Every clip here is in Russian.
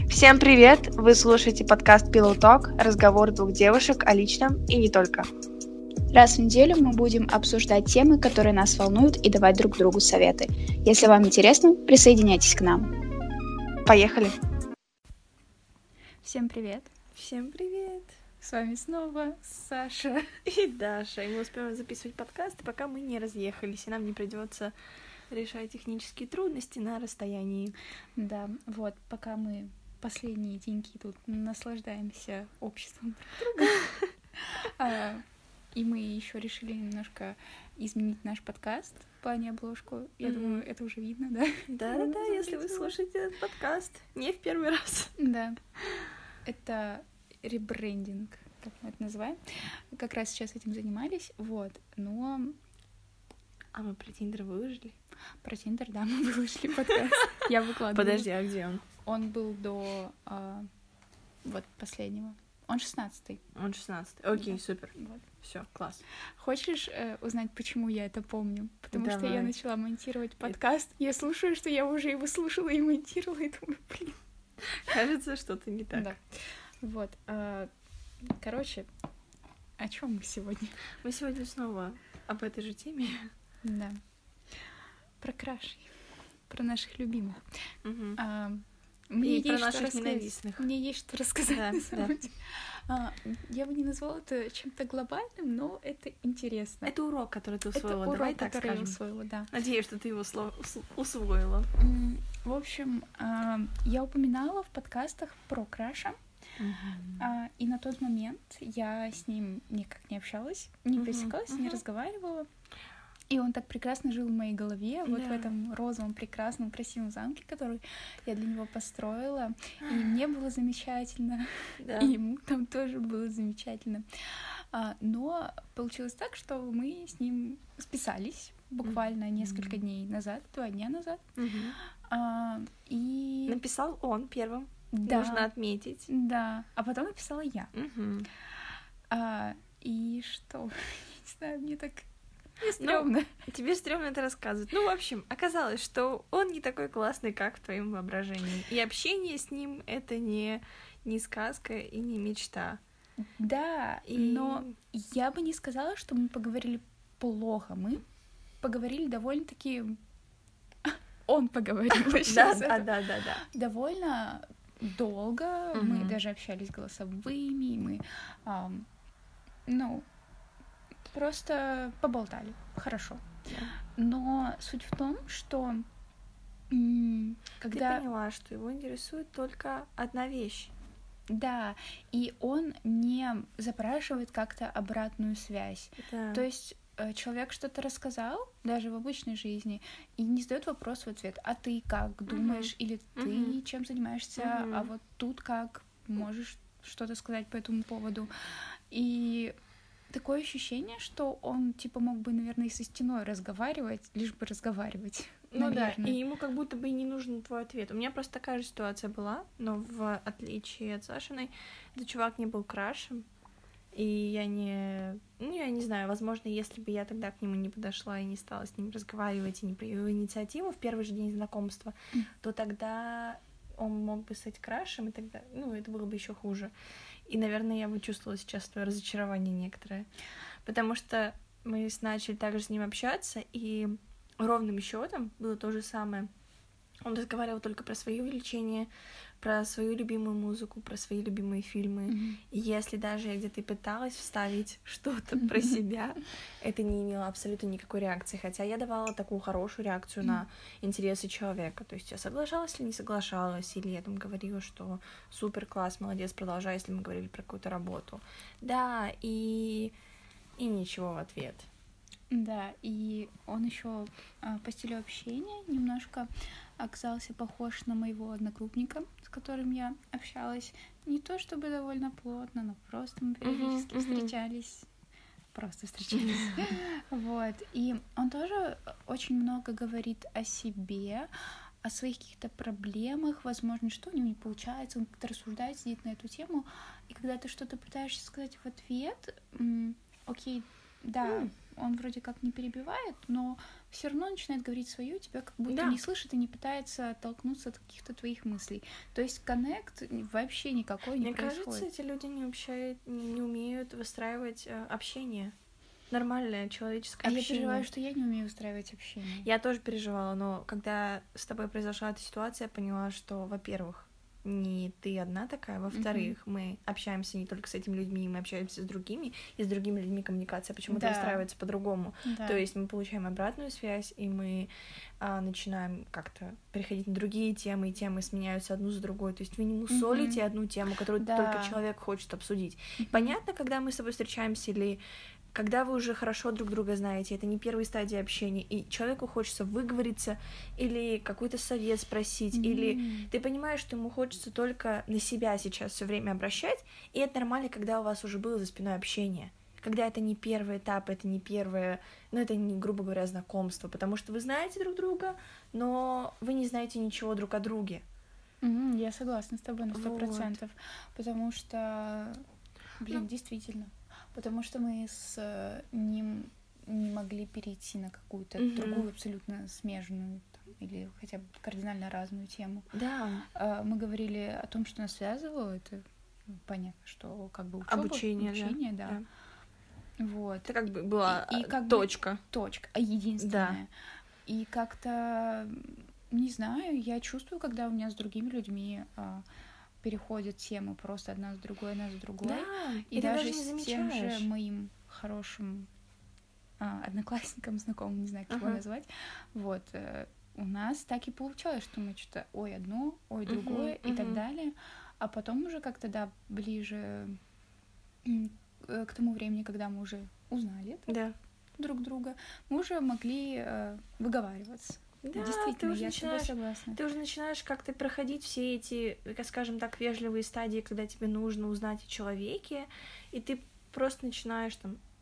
Всем привет! Вы слушаете подкаст Pillow Talk, разговор двух девушек о личном и не только. Раз в неделю мы будем обсуждать темы, которые нас волнуют, и давать друг другу советы. Если вам интересно, присоединяйтесь к нам. Поехали! Всем привет! Всем привет! С вами снова Саша и Даша. И мы успеваем записывать подкасты, пока мы не разъехались, и нам не придется решать технические трудности на расстоянии. Да, вот, пока мы последние деньки тут наслаждаемся обществом друг друга. И мы еще решили немножко изменить наш подкаст в плане обложку. Я думаю, это уже видно, да? Да, если вы слушаете этот подкаст не в первый раз. Да. Это ребрендинг, как мы это называем. Как раз сейчас этим занимались, вот. Но... А мы про Тиндер выложили? Про Тиндер, да, мы выложили подкаст. Я выкладывала. Подожди, а где он? Он был до вот последнего. Он 16-й. Он 16-й. Окей, да. Супер. Вот. Все, класс. Хочешь узнать, почему я это помню? Потому Давай. что я начала монтировать подкаст. Я слушаю, что я уже его слушала и монтировала, и думаю, блин. Кажется, что-то не так. Да. Вот. Короче, о чем мы сегодня? Мы сегодня снова об этой же теме. Да. Про крашей. Про наших любимых. Мне и про наших ненавистных. Мне есть что рассказать. Да. Я бы не назвала это чем-то глобальным, но это интересно. Это урок, который ты усвоила. Это Давай урок, так который скажем. я усвоила, да. Надеюсь, что ты его усвоила. В общем, я упоминала в подкастах про краша. И на тот момент я с ним никак не общалась, не пересекалась, не разговаривала. И он так прекрасно жил в моей голове, вот в этом розовом, прекрасном, красивом замке, который я для него построила. И мне было замечательно, и ему там тоже было замечательно. Но получилось так, что мы с ним списались буквально несколько дней назад, 2 дня назад. И... Написал он первым. Да. Нужно отметить. Да. А потом написала я. И что? Я не знаю, мне так... Мне стрёмно. Тебе стрёмно это рассказывать. В общем, оказалось, что он не такой классный, как в твоем воображении. И общение с ним — это не сказка и не мечта. Да, но я бы не сказала, что мы поговорили плохо. Мы поговорили довольно-таки... Он поговорил. Да. Довольно долго. Мы даже общались голосовыми. Мы, просто поболтали. Хорошо. Но суть в том, что когда... Ты поняла, что его интересует только одна вещь. Да, и он не запрашивает как-то обратную связь. Да. То есть человек что-то рассказал, даже в обычной жизни, и не задает вопрос в ответ: а ты как думаешь, или ты чем занимаешься, а вот тут как, можешь что-то сказать по этому поводу. И такое ощущение, что он, мог бы, наверное, и со стеной разговаривать, лишь бы разговаривать. Да, и ему как будто бы и не нужен твой ответ. У меня просто такая же ситуация была, но в отличие от Сашиной, этот чувак не был крашем, и я не знаю, возможно, если бы я тогда к нему не подошла и не стала с ним разговаривать, и не проявила инициативу в первый же день знакомства, то тогда он мог бы стать крашем, и тогда, это было бы еще хуже. И, наверное, я бы чувствовала сейчас твое разочарование некоторое. Потому что мы начали также с ним общаться, и ровным счетом было то же самое. Он разговаривал только про свои увлечения, про свою любимую музыку, про свои любимые фильмы. И если даже я где-то и пыталась вставить что-то про себя, это не имело абсолютно никакой реакции. Хотя я давала такую хорошую реакцию на интересы человека. То есть я соглашалась или не соглашалась, или я там говорила, что супер, класс, молодец, продолжай, если мы говорили про какую-то работу. Да, и ничего в ответ. Да, и он еще по стилю общения немножко оказался похож на моего одногруппника, с которым я общалась. Не то чтобы довольно плотно, но просто мы периодически встречались. Вот. И он тоже очень много говорит о себе, о своих каких-то проблемах, возможно, что у него не получается, он как-то рассуждает, сидит на эту тему, и когда ты что-то пытаешься сказать в ответ, окей, да, он вроде как не перебивает, но все равно начинает говорить свое, тебя как будто не слышит и не пытается оттолкнуться от каких-то твоих мыслей. То есть коннект вообще никакой не происходит. Мне кажется, эти люди не умеют выстраивать общение. Нормальное человеческое общение. Я переживаю, что я не умею устраивать общение. Я тоже переживала, но когда с тобой произошла эта ситуация, я поняла, что, во-первых, не ты одна такая, во-вторых, мы общаемся не только с этими людьми, мы общаемся с другими, и с другими людьми коммуникация почему-то выстраивается по-другому. Да. То есть мы получаем обратную связь, и мы начинаем как-то переходить на другие темы, и темы сменяются одну за другой. То есть вы не мусолите одну тему, которую только человек хочет обсудить. Понятно, когда мы с тобой встречаемся или когда вы уже хорошо друг друга знаете, это не первая стадия общения, и человеку хочется выговориться или какой-то совет спросить, или ты понимаешь, что ему хочется только на себя сейчас все время обращать, и это нормально, когда у вас уже было за спиной общение, когда это не первый этап, это не первое, это не, грубо говоря, знакомство, потому что вы знаете друг друга, но вы не знаете ничего друг о друге. Я согласна с тобой на 100%, потому что, действительно. Потому что мы с ним не могли перейти на какую-то другую абсолютно смежную или хотя бы кардинально разную тему. Да. Мы говорили о том, что нас связывало, это понятно, что как бы учёба, обучение, да. Вот. Это как бы была точка, единственная. Да. И как-то, не знаю, я чувствую, когда у меня с другими людьми переходят темы просто одна за другой, Да, и даже с тем же моим хорошим одноклассником, знакомым, не знаю, как его назвать, вот, у нас так и получалось, что мы что-то одно, другое и так далее, а потом уже как-то, да, ближе к тому времени, когда мы уже узнали друг друга, мы уже могли выговариваться. Да, действительно, я с тобой согласна. Ты уже начинаешь как-то проходить все эти, скажем так, вежливые стадии, когда тебе нужно узнать о человеке, и ты просто начинаешь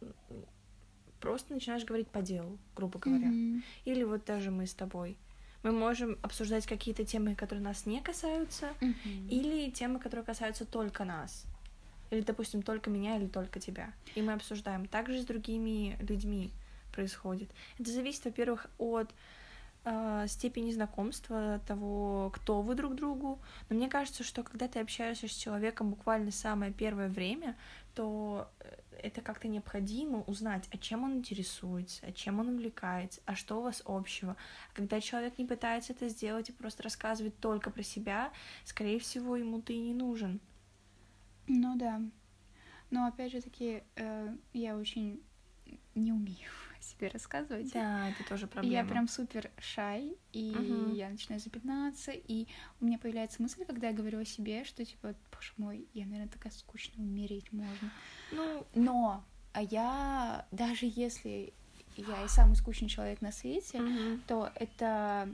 говорить по делу, грубо говоря. Или вот даже мы с тобой. Мы можем обсуждать какие-то темы, которые нас не касаются, или темы, которые касаются только нас. Или, допустим, только меня или только тебя. И мы обсуждаем. Также с другими людьми происходит. Это зависит, во-первых, от степени знакомства, того, кто вы друг другу. Но мне кажется, что когда ты общаешься с человеком буквально самое первое время, то это как-то необходимо узнать, а чем он интересуется, а чем он увлекается, а что у вас общего. А когда человек не пытается это сделать и просто рассказывает только про себя, скорее всего, ему ты и не нужен. Ну да. Но опять же таки, я очень не умею себе рассказывать. Да, это тоже проблема. Я прям супер шай, и я начинаю запинаться, и у меня появляется мысль, когда я говорю о себе, что типа, боже мой, я, наверное, такая скучная, умереть можно. Но я, даже если я и самый скучный человек на свете, то это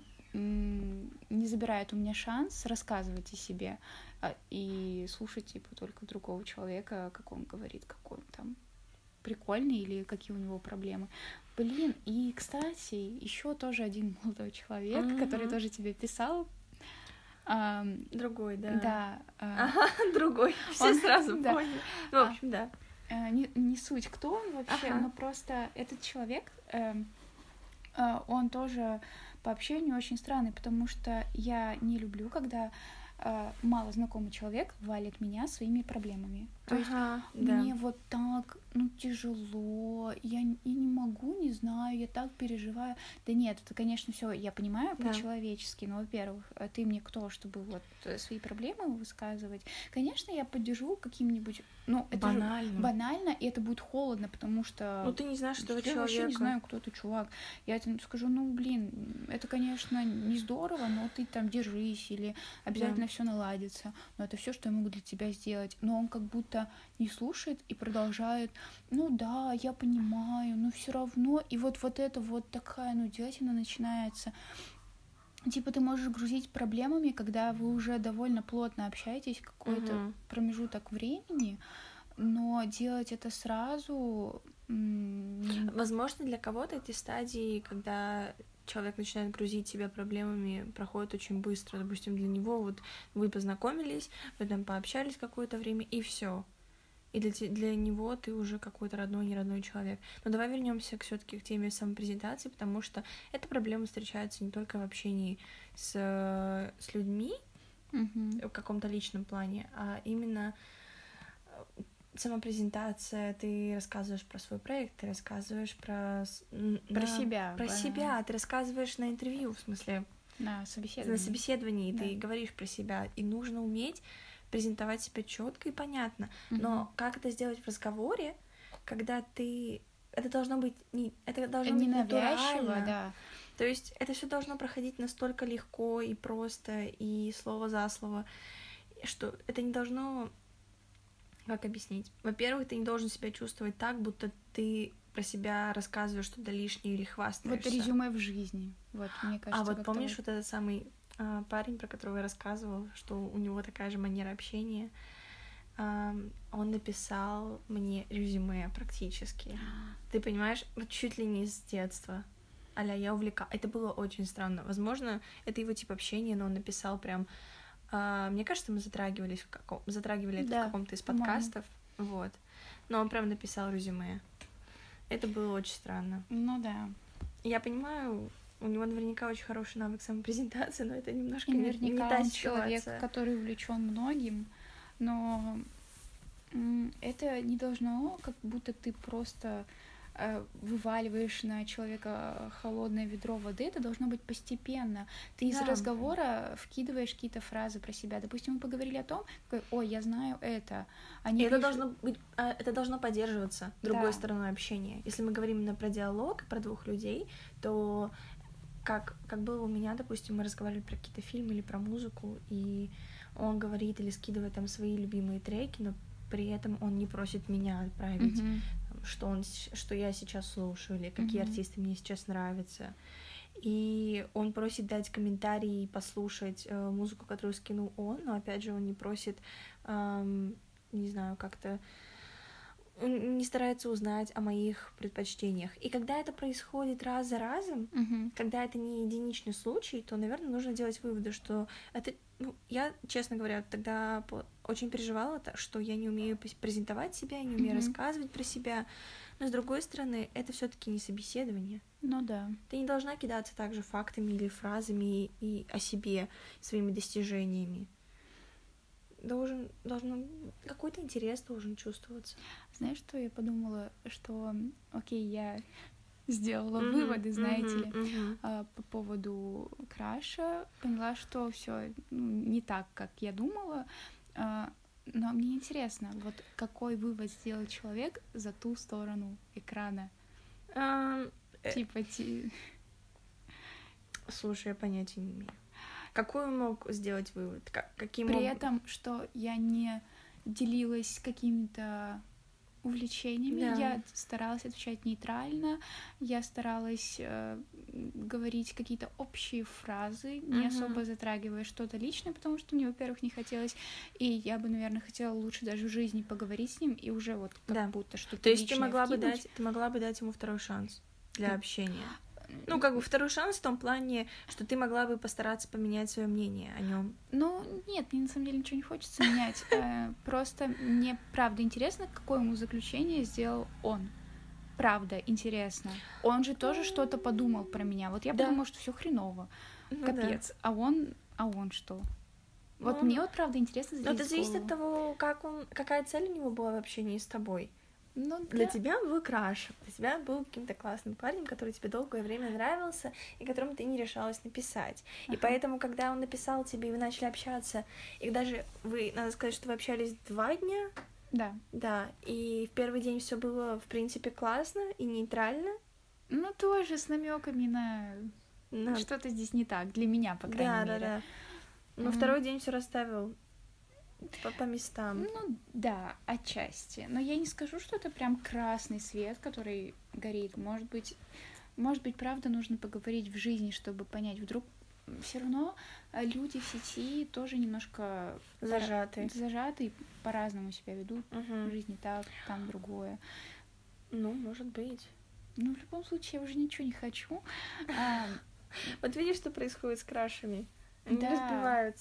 не забирает у меня шанс рассказывать о себе и слушать типа только другого человека, как он говорит, какой он там прикольный или какие у него проблемы. Блин, и, кстати, еще тоже один молодой человек, который тоже тебе писал. Другой, да. Да. Другой. Все сразу поняли. В общем, да. Не суть, кто он вообще, но просто этот человек, он тоже по общению очень странный, потому что я не люблю, когда мало знакомый человек валит меня своими проблемами. То есть мне вот так, тяжело, я не могу, не знаю, я так переживаю. Да нет, это, конечно, все я понимаю по-человечески, но, во-первых, ты мне кто, чтобы вот свои проблемы высказывать? Конечно, я поддержу каким-нибудь, это банально, и это будет холодно, потому что... ты не знаешь этого человека. Я вообще не знаю, кто это чувак. Я тебе скажу, это, конечно, не здорово, но ты там держись, или обязательно все наладится. Но это все, что я могу для тебя сделать. Но он как будто не слушает и продолжает, да, я понимаю, но все равно, и вот это вот такая нудятина начинается. Типа ты можешь грузить проблемами, когда вы уже довольно плотно общаетесь какой-то промежуток времени, но делать это сразу... Возможно, для кого-то эти стадии, когда человек начинает грузить себя проблемами, проходит очень быстро. Допустим, для него вот вы познакомились, вы там пообщались какое-то время, и все. и для него ты уже какой-то родной, не родной человек. Но давай вернемся все-таки к теме самопрезентации, потому что эта проблема встречается не только в общении с людьми в каком-то личном плане, а именно самопрезентация. Ты рассказываешь про свой проект, ты рассказываешь про себя. Про себя, ты рассказываешь на интервью, в смысле на собеседовании, ты говоришь про себя, и нужно уметь презентовать себя четко и понятно. Но как это сделать в разговоре, когда это должно быть не навязчиво, да. То есть это все должно проходить настолько легко и просто, и слово за слово, что это не должно... Как объяснить? Во-первых, ты не должен себя чувствовать так, будто ты про себя рассказываешь что-то лишнее или хвастаешься. Вот резюме в жизни. Вот, мне кажется, вот помнишь вот этот самый парень, про которого я рассказывала, что у него такая же манера общения? Он написал мне резюме практически. Ты понимаешь? Вот чуть ли не с детства. А-ля я увлекалась. Это было очень странно. Возможно, это его тип общения, но он написал прям... Мне кажется, мы затрагивали это в каком-то из подкастов. Вот. Но он прям написал резюме. Это было очень странно. Ну да. Я понимаю, у него наверняка очень хороший навык самопрезентации, но это немножко наверняка не та он ситуация. Человек, который увлечен многим, но это не должно, как будто ты просто вываливаешь на человека холодное ведро воды, это должно быть постепенно. Ты из разговора вкидываешь какие-то фразы про себя. Допустим, мы поговорили о том, ой, я знаю это. Это должно поддерживаться другой стороной общения. Если мы говорим именно про диалог, про двух людей, то как было у меня, допустим, мы разговаривали про какие-то фильмы или про музыку, и он говорит или скидывает там свои любимые треки, но при этом он не просит меня отправить, что я сейчас слушаю, или какие артисты мне сейчас нравятся. И он просит дать комментарий и послушать музыку, которую скинул он, но опять же он не просит, не знаю, как-то не старается узнать о моих предпочтениях. И когда это происходит раз за разом, когда это не единичный случай, то, наверное, нужно делать выводы, что это... я, честно говоря, тогда очень переживала, что я не умею презентовать себя, я не умею рассказывать про себя. Но, с другой стороны, это все-таки не собеседование. Ну да. Ты не должна кидаться также фактами или фразами и о себе, своими достижениями. Какой-то интерес должен чувствоваться. Знаешь, что я подумала? Что, окей, я сделала выводы, знаете ли, по поводу краша. Поняла, что все не так, как я думала. Но мне интересно, вот какой вывод сделал человек за ту сторону экрана? Слушай, я понятия не имею. Какой он мог сделать вывод? При этом, что я не делилась какими-то увлечениями, я старалась отвечать нейтрально, я старалась говорить какие-то общие фразы, не особо затрагивая что-то личное, потому что мне, во-первых, не хотелось, и я бы, наверное, хотела лучше даже в жизни поговорить с ним, и уже вот как будто что-то личное То есть ты могла бы дать ему второй шанс для общения? Второй шанс в том плане, что ты могла бы постараться поменять свое мнение о нем. Нет, мне на самом деле ничего не хочется менять. Просто мне правда интересно, какое ему заключение сделал он. Правда интересно. Он же тоже что-то подумал про меня. Вот я подумала, что все хреново. Капец. А он что? Вот мне вот правда интересно залезть в голову. Но это зависит от того, какая цель у него была в общении с тобой. Для тебя был краш, для тебя был каким-то классным парнем, который тебе долгое время нравился, и которому ты не решалась написать. И поэтому, когда он написал тебе, и вы начали общаться, и даже надо сказать, что вы общались 2 дня. Да. Да, и в первый день все было, в принципе, классно и нейтрально. Тоже с намеками на что-то здесь не так, для меня, по крайней мере. Да. Но второй день все расставил по местам. Да, отчасти. Но я не скажу, что это прям красный свет, который горит. Может быть, правда, нужно поговорить в жизни, чтобы понять. Вдруг все равно люди в сети тоже немножко зажаты, по-разному себя ведут. В жизни так, там другое. Может быть. В любом случае, я уже ничего не хочу. Вот видишь, что происходит с крашами? Они разбиваются.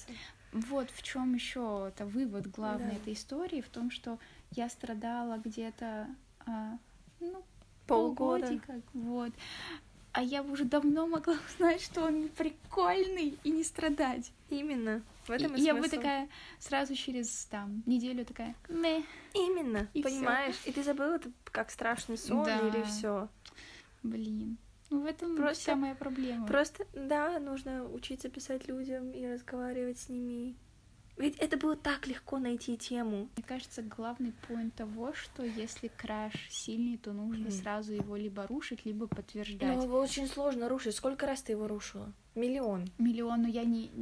Вот в чем еще это вывод главный Да. этой истории, в том, что я страдала где-то, ну, Полгода. полгодика, вот. А я бы уже давно могла узнать, что он прикольный, и не страдать. Именно. В этом и я бы смысл. такая сразу через там неделю такая, мeh. Именно, И понимаешь? И ты забыла это как страшный сон Да. или все. Блин. Ну, в этом Просто- вся моя проблема. Просто, да, нужно учиться писать людям и разговаривать с ними. Ведь это было так легко найти тему. Мне кажется, главный поинт того, что если краш сильный, то нужно сразу его либо рушить, либо подтверждать. Но его очень сложно рушить. Сколько раз ты его рушила? Миллион. Миллион, но я не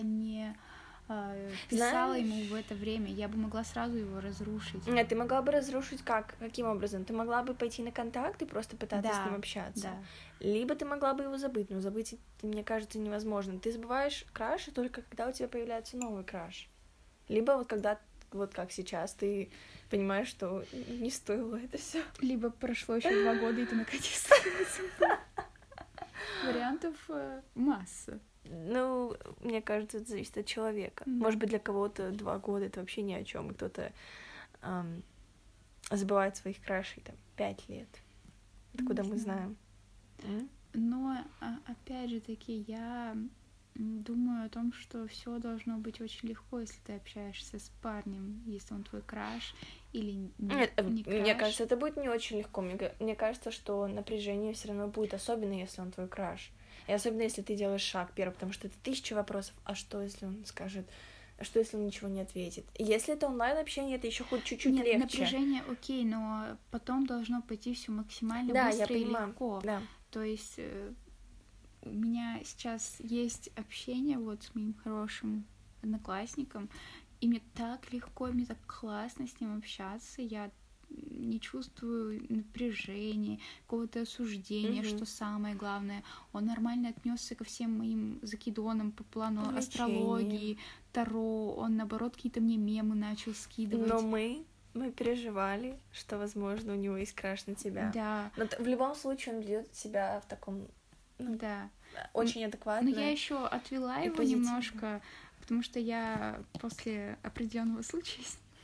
писала Знаешь- ему в это время. Я бы могла сразу его разрушить. Нет, ты могла бы разрушить как? Каким образом? Ты могла бы пойти на контакт и просто пытаться Да, с ним общаться. Да. Либо ты могла бы его забыть, но забыть, мне кажется, невозможно. Ты забываешь краши только когда у тебя появляется новый краш. Либо вот когда, вот как сейчас, ты понимаешь, что не стоило это все. Либо прошло еще 2 года, и ты наконец-то забыл. Вариантов масса. Ну, мне кажется, это зависит от человека. Да. Может быть, для кого-то 2 года это вообще ни о чем, и кто-то забывает своих крашей там 5 лет. Откуда Не мы знаю. знаем? Но, опять же таки, я думаю о том, что все должно быть очень легко, если ты общаешься с парнем, если он твой краш или Нет, не краш. мне кажется, это будет не очень легко. Мне кажется, что напряжение все равно будет, особенно если он твой краш. И особенно если ты делаешь шаг первый, потому что это 1000 вопросов. А что, если он скажет? А что, если он ничего не ответит? И если это онлайн-общение, это еще хоть чуть-чуть Нет, легче. напряжение окей, но потом должно пойти все максимально Да, быстро я и понимаю. легко. Да. То есть у меня сейчас есть общение вот с моим хорошим одноклассником, и мне так легко, мне так классно с ним общаться, я не чувствую напряжения, какого-то осуждения, что самое главное. Он нормально отнесся ко всем моим закидонам по плану Увлечения. астрологии, таро, он, наоборот, какие-то мне мемы начал скидывать. Но мы переживали, что, возможно, у него есть краш на тебя. Да, Но в любом случае он ведет себя в таком да. очень адекватно. Но я еще отвела и его позитивно. немножко, потому что я после определенного случая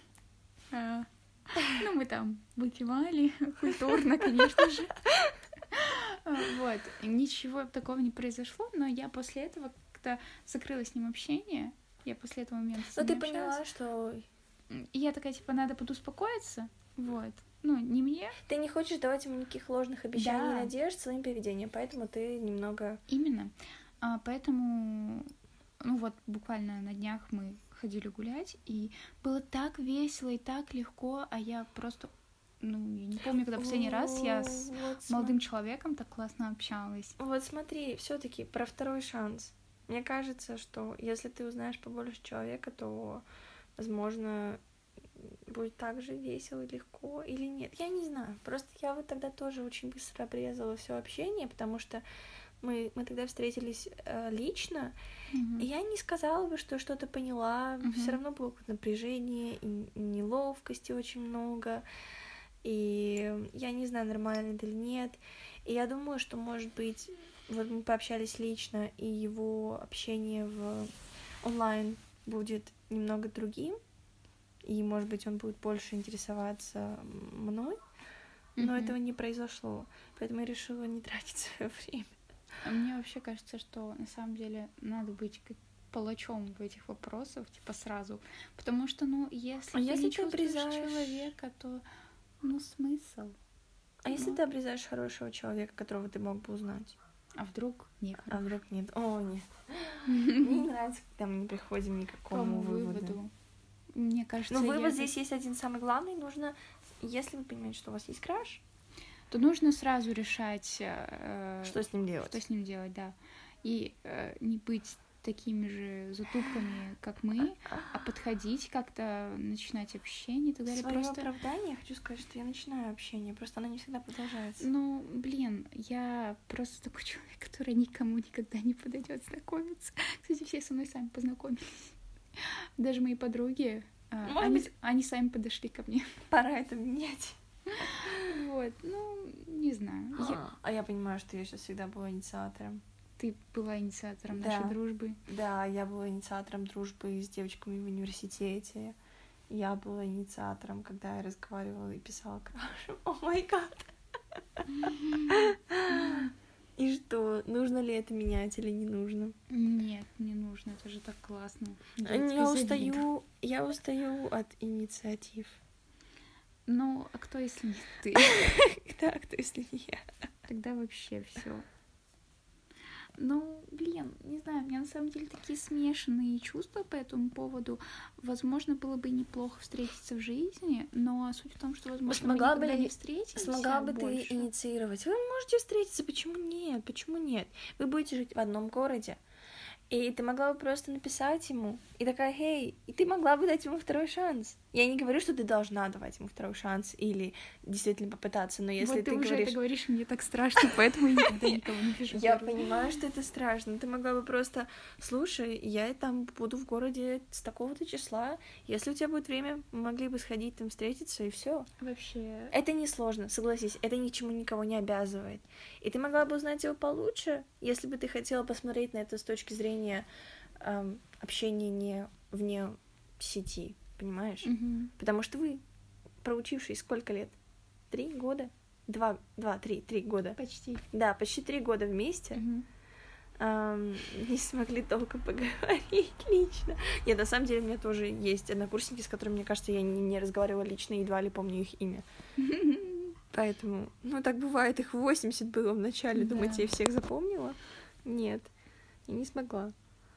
ну, мы там выпивали культурно, конечно же. Вот. И ничего такого не произошло, но я после этого как-то закрыла с ним общение. Я после этого момента с Но ним ты не общалась. поняла, что И я такая, типа, надо подуспокоиться. Вот. Ну, не мне. ты не хочешь давать ему никаких ложных обещаний Да. и надежд своим поведением, поэтому ты немного... Именно. Поэтому, ну вот, буквально на днях мы ходили гулять, и было так весело и так легко, а я просто, ну, я не помню, когда последний раз я с Вот молодым человеком так классно общалась. Вот смотри, все-таки про второй шанс. Мне кажется, что если ты узнаешь побольше человека, то, возможно, будет так же весело и легко или нет. Я не знаю. Просто я вот тогда тоже очень быстро обрезала все общение, потому что мы тогда встретились лично, Мгм. и я не сказала бы, что что-то поняла. Все равно было какое-то напряжение и неловкости очень много. И я не знаю, нормально это или нет. И я думаю, что, может быть, вот мы пообщались лично, и его общение в онлайн будет немного другим, и, может быть, он будет больше интересоваться мной, но Мгм. этого не произошло, поэтому я решила не тратить свое время. А мне вообще кажется, что на самом деле надо быть как палачом в этих вопросах, типа сразу. Потому что, ну, если ты если не ты чувствуешь обрезаешь- человека, то, ну, смысл? А если Ну. ты обрезаешь хорошего человека, которого ты мог бы узнать? А вдруг нет? А вдруг нет? О, нет. Мне не нравится, когда мы не приходим ни к какому выводу. Мне кажется, Но вывод я- здесь есть один самый главный. Нужно, если вы понимаете, что у вас есть краш, то нужно сразу решать, что с ним делать? что с ним делать, да. И не быть такими же затупками, как мы, а подходить как-то, начинать общение и так далее. Свое Просто, оправдание я хочу сказать, что я начинаю общение, просто оно не всегда продолжается. ну, блин, я просто такой человек, который никому никогда не подойдет знакомиться. Кстати, все со мной сами познакомились. Даже мои подруги, Может быть- они сами подошли ко мне. Пора это менять. Вот, ну, не знаю. А я понимаю, что я сейчас всегда была инициатором. Ты была инициатором Да. нашей дружбы. Да, я была инициатором дружбы с девочками в университете. Я была инициатором, когда я разговаривала и писала крашу. О май гад! И что, нужно ли это менять или не нужно? Нет, не нужно, это же так классно. Я устаю от инициатив. Ну, а кто, если не ты? Да, кто если не я? Тогда вообще все. Ну, блин, не знаю, у меня на самом деле такие смешанные чувства по этому поводу. Возможно, было бы неплохо встретиться в жизни, но суть в том, что, возможно, мы никогда не встретимся. Смогла бы больше. ты инициировать? Вы можете встретиться, почему нет? Почему нет? Вы будете жить в одном городе. И ты могла бы просто написать ему, и такая, хей, и ты могла бы дать ему второй шанс. Я не говорю, что ты должна давать ему второй шанс или действительно попытаться, но если вот ты уже говоришь... это говоришь, мне так страшно, поэтому я никогда никого не пишу. Я понимаю, что это страшно. Ты могла бы просто, слушай, я там буду в городе с такого-то числа. Если у тебя будет время, мы могли бы сходить там встретиться, и все. Вообще. Это несложно, согласись, это ни к чему никого не обязывает. И ты могла бы узнать его получше, если бы ты хотела посмотреть на это с точки зрения общения не вне сети, понимаешь? Мгм. Потому что вы, проучившись сколько лет? 3 года? 3 года. Почти. Да, почти 3 года вместе. Мгм. Не смогли толком поговорить лично. Нет, на самом деле у меня тоже есть однокурсники, с которыми, мне кажется, я не разговаривала лично, едва ли помню их имя. Поэтому, ну, так бывает, их 80 было в начале. Да. Думаете, я всех запомнила? Нет, я не смогла.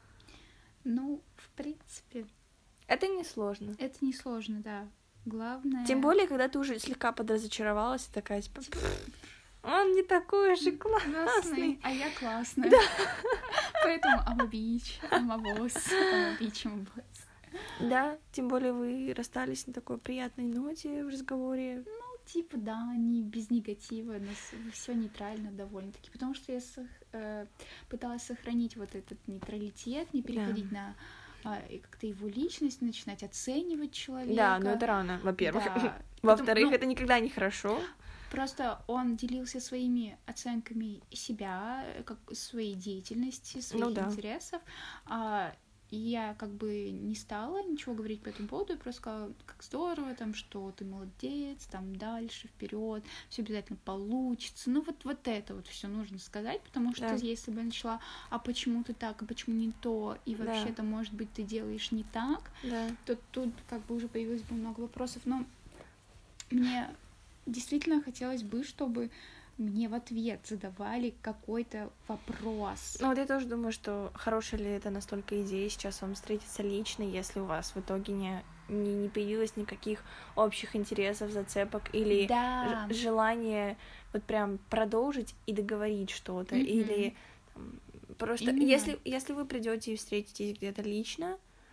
Ну, в принципе, Это несложно. это несложно, да. Главное... Тем более, когда ты уже слегка подразочаровалась, и такая, типа, он не такой уж и классный. А я классная. Поэтому амабич, амавоз, амабич, амабоз. Да, тем более вы расстались на такой приятной ноте в разговоре. Типа, да, не без негатива, но все нейтрально довольно-таки. Потому что я пыталась сохранить вот этот нейтралитет, не переходить на как-то его личность, начинать оценивать человека. Да, но это рано, во-первых. Да. Во-вторых, Потом, это никогда не хорошо. Просто он делился своими оценками себя, как своей деятельности, своих интересов. И я как бы не стала ничего говорить по этому поводу, я просто сказала, как здорово, там, что ты молодец, там дальше, вперед, все обязательно получится. Ну вот это вот все нужно сказать, потому что если бы я начала, а почему ты так, а почему не то, и вообще-то, может быть, ты делаешь не так, то тут как бы уже появилось бы много вопросов. Но мне действительно хотелось бы, чтобы мне в ответ задавали какой-то вопрос. Ну вот я тоже думаю, что хорошая ли это настолько идея сейчас вам встретиться лично, если у вас в итоге не появилось никаких общих интересов, зацепок или желания вот прям продолжить и договорить что-то, или там, просто если вы придете и встретитесь где-то лично,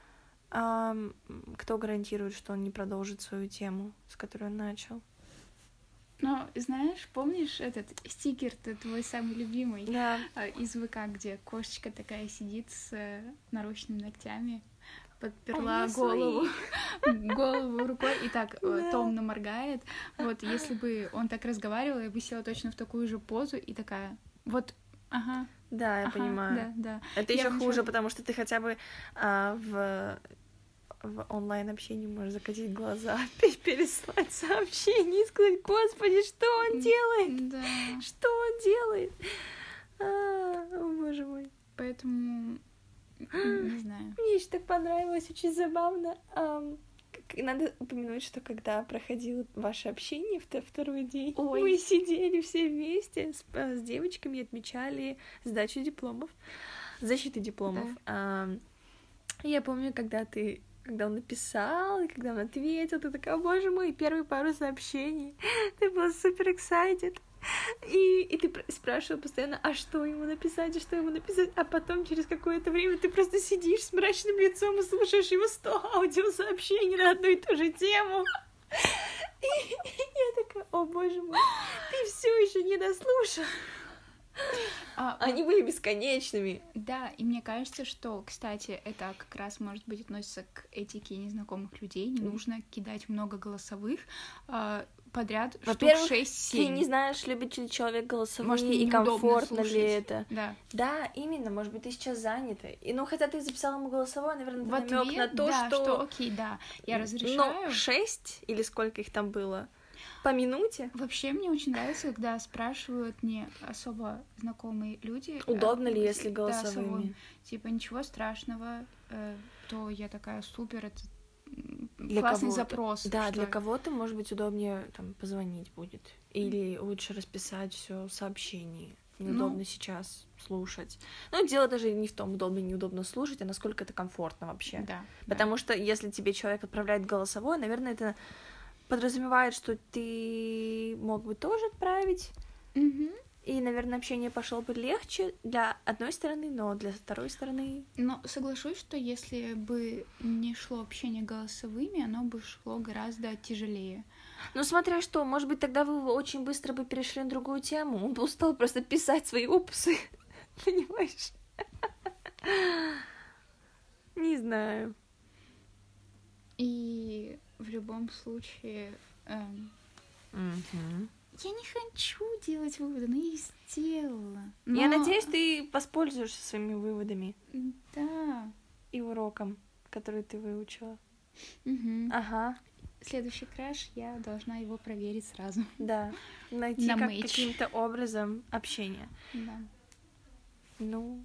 кто гарантирует, что он не продолжит свою тему, с которой он начал? Но, знаешь, помнишь этот стикер-то твой самый любимый из ВК, где кошечка такая сидит с нарощенными ногтями, подперла голову рукой и так томно моргает. Вот, если бы он так разговаривал, я бы села точно в такую же позу и такая, вот, ага. Да, я понимаю. Да. Это еще хуже, потому что ты хотя бы в онлайн-общении можешь закатить глаза, переслать сообщение и сказать, господи, что он делает? Да. Что он делает? О, боже мой. Поэтому, не знаю. Мне еще так понравилось, очень забавно. Надо упомянуть, что когда проходило ваше общение второй день, мы сидели все вместе с девочками, отмечали сдачу дипломов, защиту дипломов. Да. Я помню, когда он написал, и когда он ответил, ты такая, боже мой, первые пару сообщений, ты была супер excited. И ты спрашивала постоянно, а что ему написать, а потом через какое-то время ты просто сидишь с мрачным лицом и слушаешь его 100 аудиосообщений на одну и ту же тему. И я такая, о боже мой, ты все еще не дослушал. Они были бесконечными. Да, и мне кажется, что, кстати, это как раз, может быть, относится к этике незнакомых людей. Не нужно кидать много голосовых подряд, Во-первых, штук 6-7. ты не знаешь, любит ли человек голосовые, Может, и неудобно комфортно слушать. ли это. Да. Да, именно, может быть, ты сейчас занята. И, ну, хотя ты записала ему голосовое, наверное, В это намек ответ, на то, да, что... окей, да, я Но разрешаю. 6 или сколько их там было? По минуте? Вообще мне очень нравится, когда спрашивают не особо знакомые люди. Удобно ли, если да, голосовыми? типа, ничего страшного, то я такая, супер, это Для классный кого-то. запрос. Да, что- для кого-то, может быть, удобнее там позвонить будет. Или лучше расписать все в сообщении. Неудобно сейчас слушать. Но дело даже не в том, удобно, неудобно слушать, а насколько это комфортно вообще. Да. Потому что если тебе человек отправляет голосовое, наверное, это подразумевает, что ты мог бы тоже отправить. Мгм. И, наверное, общение пошло бы легче для одной стороны, но для второй стороны... Но соглашусь, что если бы не шло общение голосовыми, оно бы шло гораздо тяжелее. Ну, смотря что, может быть, тогда вы очень быстро бы перешли на другую тему. Он бы устал просто писать свои опусы. Понимаешь? Не знаю. И в любом случае... Я не хочу делать выводы, но я их сделала. Я Но- надеюсь, ты воспользуешься своими выводами Да. и уроком, который ты выучила. Мгм. Ага, Следующий краш, я должна его проверить сразу. да. Найти На как мэйч. каким-то образом общение. Да. Ну,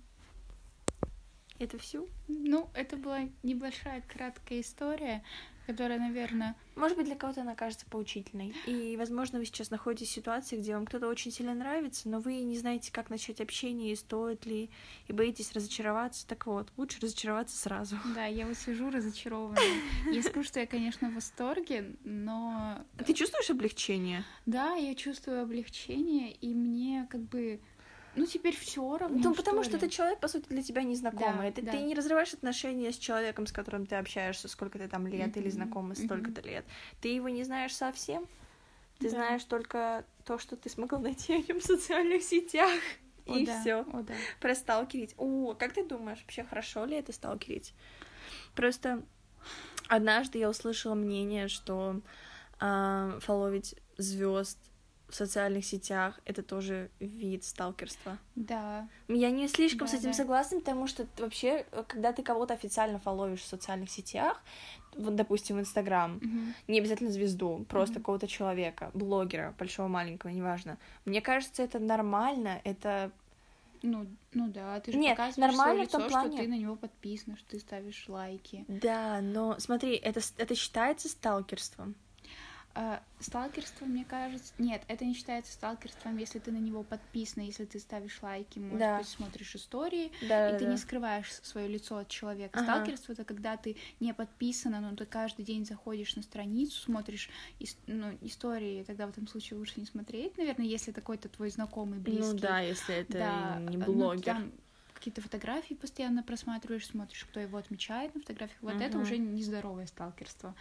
это все. Ну, это была небольшая, краткая история, которая, наверное... Может быть, для кого-то она кажется поучительной. И, возможно, вы сейчас находитесь в ситуации, где вам кто-то очень сильно нравится, но вы не знаете, как начать общение, и стоит ли, и боитесь разочароваться. Так вот, лучше разочароваться сразу. Да, я вот сижу разочарованная. Я скажу, что я, конечно, в восторге, но... Ты чувствуешь облегчение? Да, я чувствую облегчение, и мне как бы... Ну, теперь все равно, Ну, потому что ли. этот человек, по сути, для тебя незнакомый. Да, да. Ты не разрываешь отношения с человеком, с которым ты общаешься сколько ты там лет, или знакома столько-то лет. Ты его не знаешь совсем. Ты Да. знаешь только то, что ты смогла найти о нем в социальных сетях. О, И да, все. о, да. Просталкивать. Как ты думаешь, вообще хорошо ли это сталкивать? Просто однажды я услышала мнение, что фолловить звезд в социальных сетях это тоже вид сталкерства. Да. Я не слишком Да, с этим да. согласна, потому что вообще, когда ты кого-то официально фолловишь в социальных сетях, вот, допустим, в Инстаграм, Мгм. не обязательно звезду, просто какого-то человека, блогера, большого, маленького, неважно. Мне кажется, это нормально, это... Ну да, ты же Нет, показываешь нормально своё в том лицо, плане. что ты на него подписана, что ты ставишь лайки. Да, но смотри, это считается сталкерством. Сталкерство, мне кажется... Нет, это не считается сталкерством, если ты на него подписана, если ты ставишь лайки, может Да. быть, смотришь истории, Да, и ты не скрываешь свое лицо от человека. Ага. Сталкерство — это когда ты не подписана, но ты каждый день заходишь на страницу, смотришь истории, тогда в этом случае лучше не смотреть, наверное, если это какой-то твой знакомый, близкий. Ну да, если это Да, не ну, блогер. там какие-то фотографии постоянно просматриваешь, смотришь, кто его отмечает на фотографиях. Вот это уже нездоровое сталкерство.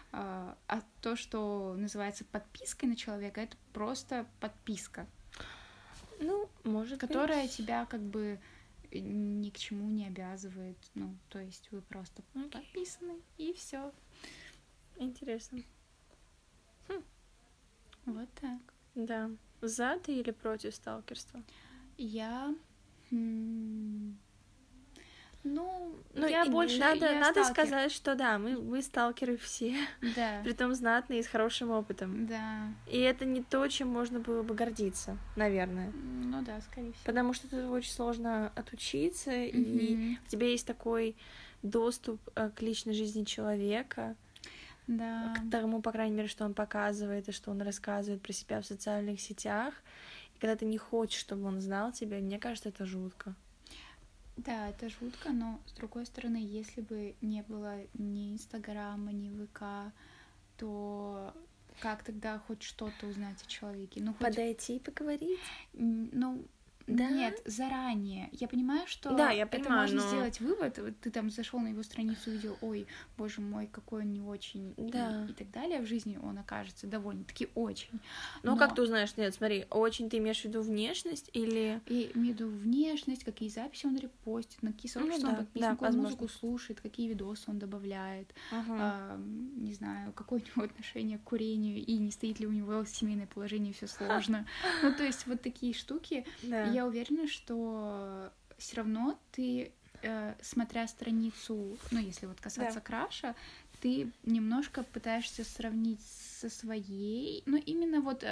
А то, что называется подпиской на человека, это просто подписка, Ну, может которая быть. тебя как бы ни к чему не обязывает. Ну, то есть вы просто подписаны, и все. Интересно. Вот так. Да. За ты или против сталкерства? Я... Ну, Ну, я и больше... надо я сталкер. сказать, что да, мы сталкеры все, Да, притом знатные и с хорошим опытом. да. И это не то, чем можно было бы гордиться, наверное. Ну да, скорее всего. Потому что тут очень сложно отучиться, и Мгм. у тебя есть такой доступ к личной жизни человека, Да. к тому, по крайней мере, что он показывает и что он рассказывает про себя в социальных сетях. И когда ты не хочешь, чтобы он знал тебя, мне кажется, это жутко. Да, это жутко, но с другой стороны, если бы не было ни Инстаграма, ни ВК, то как тогда хоть что-то узнать о человеке? Ну, хоть, Подойти и поговорить. ну, Да? Нет, заранее. Я понимаю, что Да, я это понимаю, можно но- сделать вывод. Вот ты там зашел на его страницу, увидел, ой, боже мой, какой он не очень, Да. и так далее. В жизни он окажется довольно-таки очень. Ну, Но как ты узнаешь? Нет, смотри, очень ты имеешь в виду внешность или... и имею в виду внешность, какие записи он репостит, на какие сообщества он да, подписан, да, какую возможно. музыку слушает, какие видосы он добавляет, Ага. не знаю, какое у него отношение к курению, и не стоит ли у него семейное положение, все сложно. Ну, то есть вот такие штуки. Да. Я уверена, что все равно ты, смотря страницу, ну, если вот касаться Да. краша, ты немножко пытаешься сравнить со своей, ну, именно вот,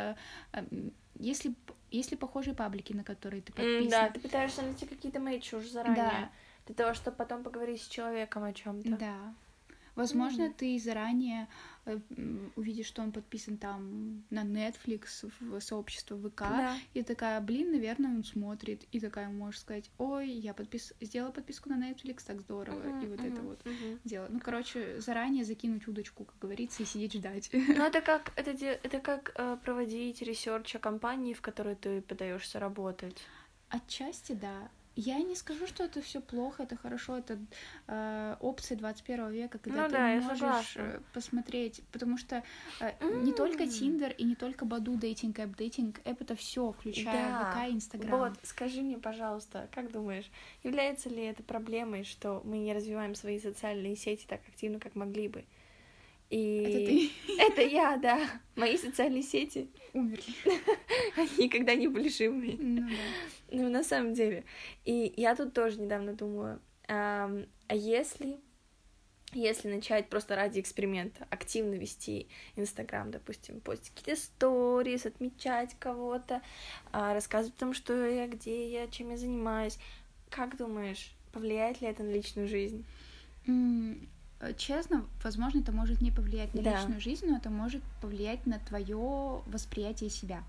если похожие паблики, на которые ты подписан. Да, ты пытаешься найти какие-то мэчи уже заранее. Да. Для того, чтобы потом поговорить с человеком о чем-то. Да. Возможно, ты заранее увидишь, что он подписан там на Netflix, в сообщество ВК, Да. и такая, блин, наверное, он смотрит, и такая можешь сказать, ой, я сделала подписку на Netflix, так здорово, и вот это вот дело. Ну, короче, заранее закинуть удочку, как говорится, и сидеть ждать. Ну, это как проводить ресерч о компании, в которой ты пытаешься работать. Отчасти, да. Я не скажу, что это все плохо, это хорошо, это опция 21 века, когда Ну ты да, я можешь согласна. посмотреть, потому что не только Tinder и не только Badoo дейтинг, эп это все, включая Да. ВК и Инстаграм. Вот, скажи мне, пожалуйста, как думаешь, является ли это проблемой, что мы не развиваем свои социальные сети так активно, как могли бы? И Это ты это я, да. Мои социальные сети, умерли. они никогда не были живыми. Ну да. Ну, на самом деле. И я тут тоже недавно думала, а если начать просто ради эксперимента активно вести Инстаграм, допустим, постить какие-то сторис, отмечать кого-то, рассказывать о том, что я, где я, чем я занимаюсь, как думаешь, повлияет ли это на личную жизнь? Честно, возможно, это может не повлиять на Да. личную жизнь, но это может повлиять на твое восприятие себя.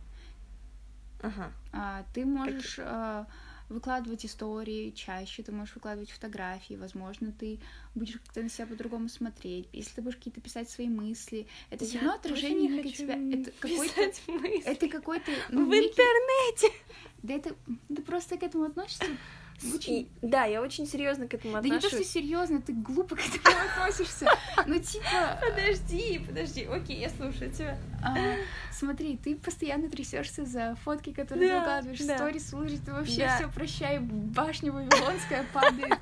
Ага. Ты можешь выкладывать истории чаще, ты можешь выкладывать фотографии, возможно, ты будешь как-то на себя по-другому смотреть. Если ты будешь какие-то писать свои мысли, это все равно отражение не некой хочу тебя. Это какой-то. писать мысли Это какой-то. в некий- интернете. Да это. Ты просто к этому относишься. Очень... Да, я очень серьезно к этому Да не то, отношусь. что серьезно, ты глупо к этому относишься. Ну, типа. Подожди, окей, я слушаю тебя. Смотри, ты постоянно трясешься за фотки, которые ты Да, выкладываешь, да. сторис слушаешь, ты вообще Да. все прощай, башня вавилонская падает.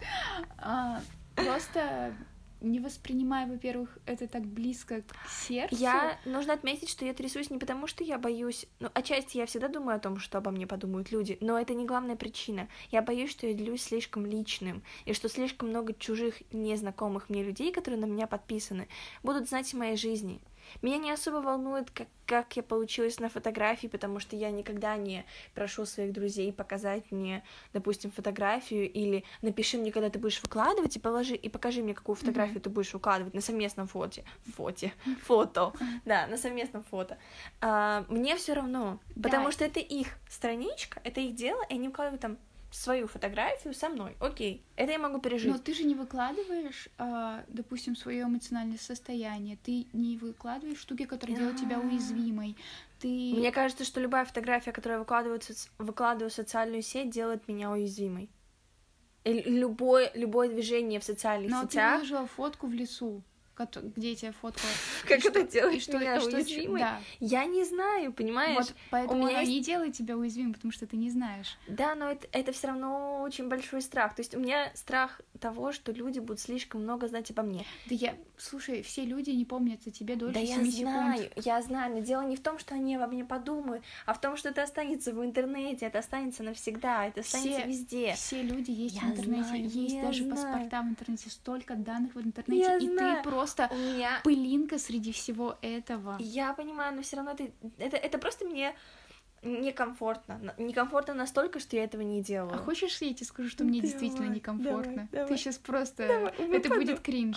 Просто не воспринимай, во-первых, это так близко к сердцу. Нужно отметить, что я трясусь не потому, что я боюсь... Ну, отчасти я всегда думаю о том, что обо мне подумают люди, но это не главная причина. Я боюсь, что я делюсь слишком личным, и что слишком много чужих, незнакомых мне людей, которые на меня подписаны, будут знать о моей жизни. Меня не особо волнует, как я получилась на фотографии, потому что я никогда не прошу своих друзей показать мне, допустим, фотографию, или напиши мне, когда ты будешь выкладывать, и покажи мне, какую фотографию ты будешь выкладывать на совместном фото, да, на совместном фото. Мне все равно, потому Да. что это их страничка, это их дело, и они выкладывают там свою фотографию со мной. Окей, это я могу пережить. Но ты же не выкладываешь, допустим, свое эмоциональное состояние. Ты не выкладываешь штуки, которые делают тебя уязвимой. Ты... Мне кажется, что любая фотография, которую я выкладываю в социальную сеть, делает меня уязвимой. И любое движение в социальных Но ты сетях... выложила фотку в лесу, где тебя фотка... Как это делает и что, меня и что, уязвимой? Да. Я не знаю, понимаешь? Вот поэтому У меня она есть- не делает тебя уязвимым, потому что ты не знаешь. Да, но это все равно очень большой страх. То есть у меня страх того, что люди будут слишком много знать обо мне. Да слушай, все люди не помнят о тебе дольше Да 7 я знаю, но дело не в том, что они обо мне подумают, а в том, что это останется в интернете, это останется навсегда, это останется везде. Все люди есть Я в интернете, знаю, есть я даже знаю. паспорта в интернете, столько данных в интернете, Я и знаю. ты просто У меня... пылинка среди всего этого. Я понимаю, но все равно это просто мне некомфортно. Некомфортно настолько, что я этого не делала. А хочешь, я тебе скажу, что мне Давай, действительно некомфортно? давай. Ты сейчас просто... Давай, это выпаду. будет кринж.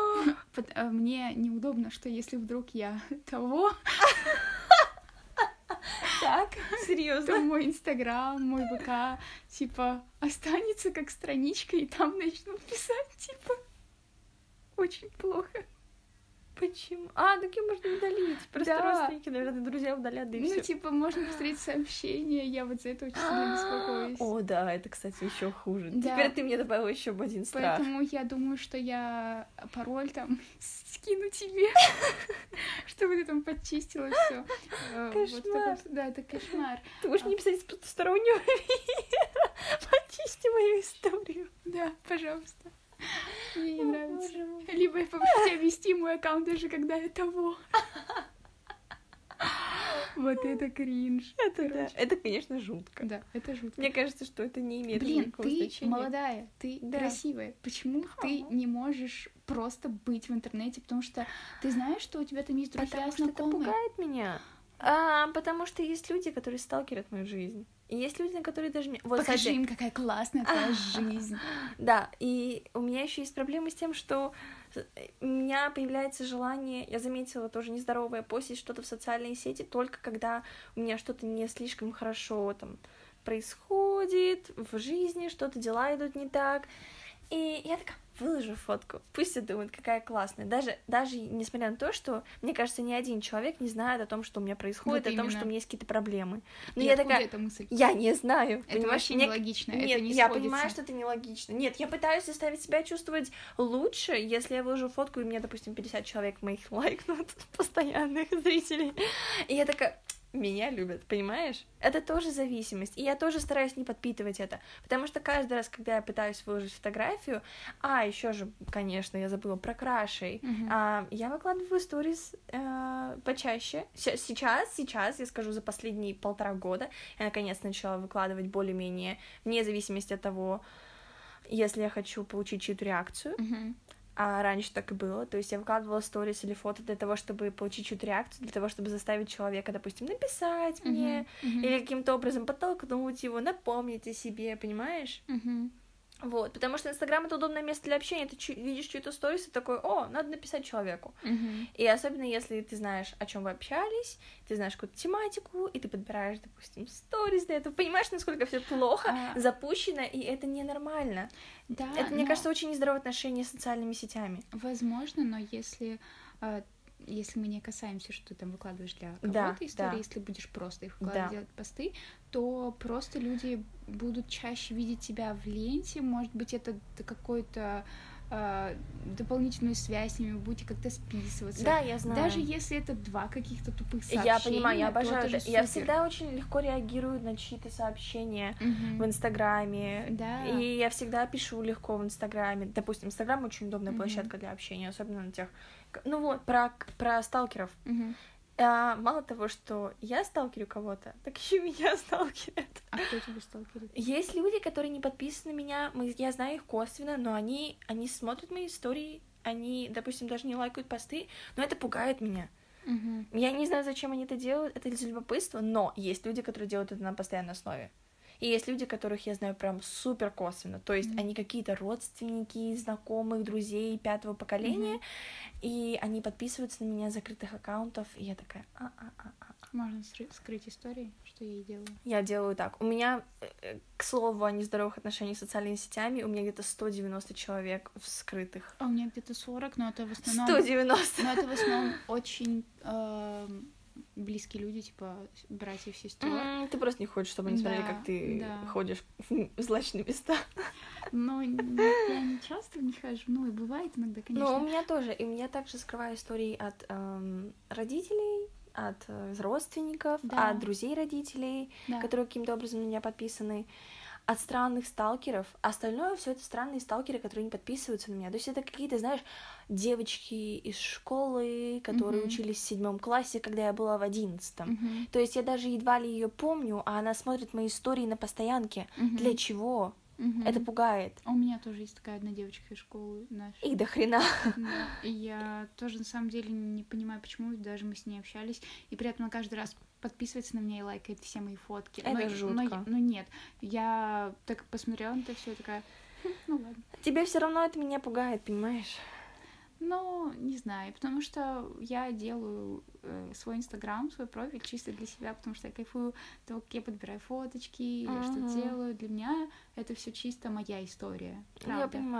Мне неудобно, что если вдруг я того, Так, то серьезно. мой Инстаграм, мой ВК, типа, останется как страничка, и там начнут писать, типа, очень плохо. Почему? Так ее можно удалить. Просто Да. родственники, наверное, друзья удалят, да и Ну, всё. типа, можно посмотреть сообщения, я вот за это очень сильно беспокоюсь. О, да, это, кстати, еще хуже. Да. Теперь ты мне добавила еще один страх. Поэтому я думаю, что я пароль там скину тебе, чтобы ты там подчистила все. Кошмар. Да, это кошмар. Ты можешь мне писать из потустороннего мира. Почисти мою историю. Да, пожалуйста. Мне не О, нравится. боже мой. Либо я попрошу тебя вести мой аккаунт, даже когда я того. Вот это кринж. Это да. Короче. Это, конечно, жутко. Да, это жутко. Мне кажется, что это не имеет Блин, никакого ты значения. молодая, ты Да. красивая. Почему ты не можешь просто быть в интернете? Потому что ты знаешь, что у тебя там есть друзья, Потому что это знакомые. пугает меня. Потому что есть люди, которые сталкерят мою жизнь. И есть люди, на которые даже... Вот, Покажи кстати, им, какая классная твоя жизнь. Да, и у меня еще есть проблемы с тем, что у меня появляется желание, я заметила тоже нездоровое, постить что-то в социальные сети только когда у меня что-то не слишком хорошо там происходит в жизни, что-то дела идут не так. И я такая, выложу фотку, пусть все думают, какая классная. Даже несмотря на то, что, мне кажется, ни один человек не знает о том, что у меня происходит, Вот о том, именно. что у меня есть какие-то проблемы. Но И я откуда такая, эта мысль? я не знаю. Это понимаешь? вообще нелогично, Нет, это не я сходится. понимаю, что это нелогично. Нет, я пытаюсь заставить себя чувствовать лучше, если я выложу фотку, и мне, допустим, 50 человек моих лайкнут, постоянных зрителей. И я такая, меня любят, понимаешь? Это тоже зависимость, и я тоже стараюсь не подпитывать это, потому что каждый раз, когда я пытаюсь выложить фотографию, еще же, конечно, я забыла про крашей, я выкладываю сторис почаще. Сейчас, я скажу, за последние 1,5 года я наконец начала выкладывать более-менее, вне зависимости от того, если я хочу получить чью-то реакцию. А раньше так и было, то есть я выкладывала сторис или фото для того, чтобы получить чью-то реакцию, для того, чтобы заставить человека, допустим, написать мне, или каким-то образом подтолкнуть его, напомнить о себе, понимаешь? Вот, потому что Инстаграм — это удобное место для общения, ты видишь чью-то сторис и такой, надо написать человеку. И особенно если ты знаешь, о чем вы общались, ты знаешь какую-то тематику, и ты подбираешь, допустим, сторис для этого, понимаешь, насколько все плохо, запущено, и это ненормально. Да, это, мне кажется, очень нездоровое отношение с социальными сетями. Возможно, но если мы не касаемся, что ты там выкладываешь для кого-то Да, истории, да. если будешь просто их выкладывать, делать посты, то просто люди будут чаще видеть тебя в ленте, может быть, это какой-то дополнительную связь с ними, будете как-то списываться. Да, я знаю. Даже если это 2 каких-то тупых сообщения, Я понимаю, я обожаю то это. же Я супер. всегда очень легко реагирую на чьи-то сообщения в Инстаграме. Да. И я всегда пишу легко в Инстаграме. Допустим, Инстаграм очень удобная площадка для общения, особенно на тех... Ну вот, про сталкеров. Мало того, что я сталкерю кого-то, так еще и меня сталкерят. А кто тебя сталкерит? Есть люди, которые не подписаны на меня, я знаю их косвенно, но они смотрят мои истории, они, допустим, даже не лайкают посты, но это пугает меня. Я не знаю, зачем они это делают, это из любопытства, но есть люди, которые делают это на постоянной основе. И есть люди, которых я знаю прям супер косвенно, то есть они какие-то родственники, знакомых, друзей 5-го поколения, и они подписываются на меня с закрытых аккаунтов, и я такая, Можно скрыть истории, что я и делаю. Я делаю так. У меня, к слову, о нездоровых отношениях с социальными сетями, у меня где-то 190 человек вскрытых. А у меня где-то 40, но это в основном... 190! Но это в основном очень близкие люди, типа братьев, сестер. Ты просто не хочешь, чтобы они смотрели, как ты ходишь в злачные места. Ну, я не часто в них хожу, ну, и бывает иногда, конечно. Ну, у меня тоже. И у меня также скрываю истории от родителей, от родственников, от друзей родителей, которые каким-то образом на меня подписаны, от странных сталкеров. Остальное все это странные сталкеры, которые не подписываются на меня. То есть это какие-то, знаешь, девочки из школы, которые учились в 7 классе, когда я была в 11. То есть я даже едва ли ее помню, а она смотрит мои истории на постоянке. Для чего? Это пугает. У меня тоже есть такая одна девочка из школы нашей. И до хрена. Да. И я тоже на самом деле не понимаю, почему даже мы с ней общались, и при этом она каждый раз подписывается на меня и лайкает все мои фотки. Это жутко. Но нет, я так посмотрела на это все, такая, ну ладно. Тебе все равно это меня пугает, понимаешь? Ну, не знаю, потому что я делаю свой Инстаграм, свой профиль чисто для себя, потому что я кайфую от того, как я подбираю фоточки, я что делаю. Для меня это все чисто моя история, правда. Я понимаю.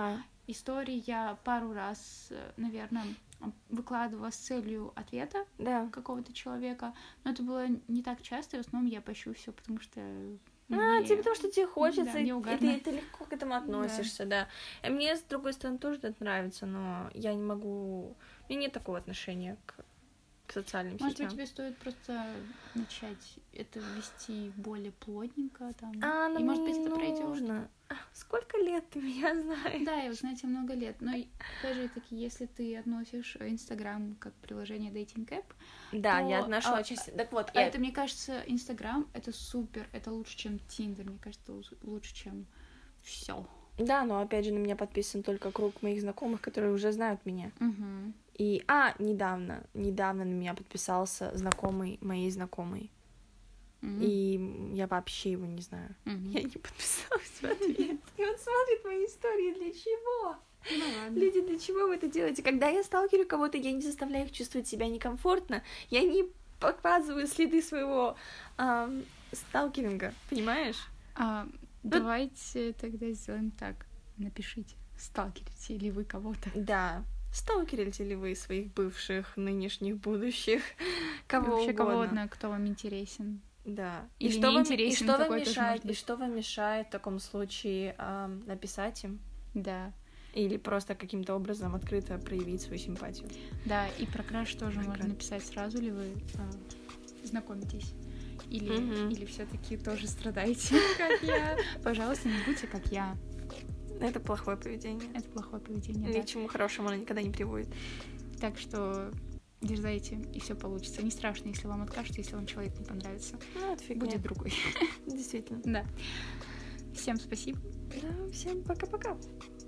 истории я пару раз, наверное, выкладывала с целью ответа Да. какого-то человека, но это было не так часто, и в основном я пощу все, потому что Тебе потому что тебе хочется, да, и мне угарно. ты легко к этому относишься, да. И мне, с другой стороны, тоже это нравится, но я не могу... У меня нет такого отношения к социальным Может быть, сетям. тебе стоит просто начать это вести более плотненько, там, Но и, может мне быть, не это пройдет. нужно. Сколько лет ты меня знаешь? Да, я вы знаете много лет, но, опять же таки, если ты относишь Инстаграм как приложение dating-app, Да, то, я отношу отчасти. Так вот, это, мне кажется, Инстаграм — это супер, это лучше, чем Тиндер, мне кажется, лучше, чем все. Да, но опять же на меня подписан только круг моих знакомых, которые уже знают меня. Угу. И, недавно на меня подписался знакомый моей знакомой. И я вообще его не знаю. Я не подписалась в ответ. И он смотрит мои истории. Для чего? Ну ладно. Люди, для чего вы это делаете? Когда я сталкерю кого-то, я не заставляю их чувствовать себя некомфортно. Я не показываю следы своего сталкеринга. Понимаешь? Давайте тогда сделаем так. Напишите, сталкерите ли вы кого-то. Да. Сталкерите ли вы своих бывших, нынешних, будущих? Кого вообще угодно. кого угодно, кто вам интересен. Да. Или что не интересен, такой тоже мешает, может быть. и что вам мешает в таком случае написать им? Да. Или просто каким-то образом открыто проявить свою симпатию? Да, и про краш тоже можно написать, сразу ли вы знакомитесь. Или все-таки тоже страдаете, как я. Пожалуйста, не будьте как я. Это плохое поведение. Это плохое поведение, Ни да. к чему хорошему оно никогда не приводит. Так что дерзайте, и все получится. Не страшно, если вам откажут, если вам человек не понравится. Это фигня. Будет другой. Действительно. Да. Всем спасибо. Да, всем пока-пока.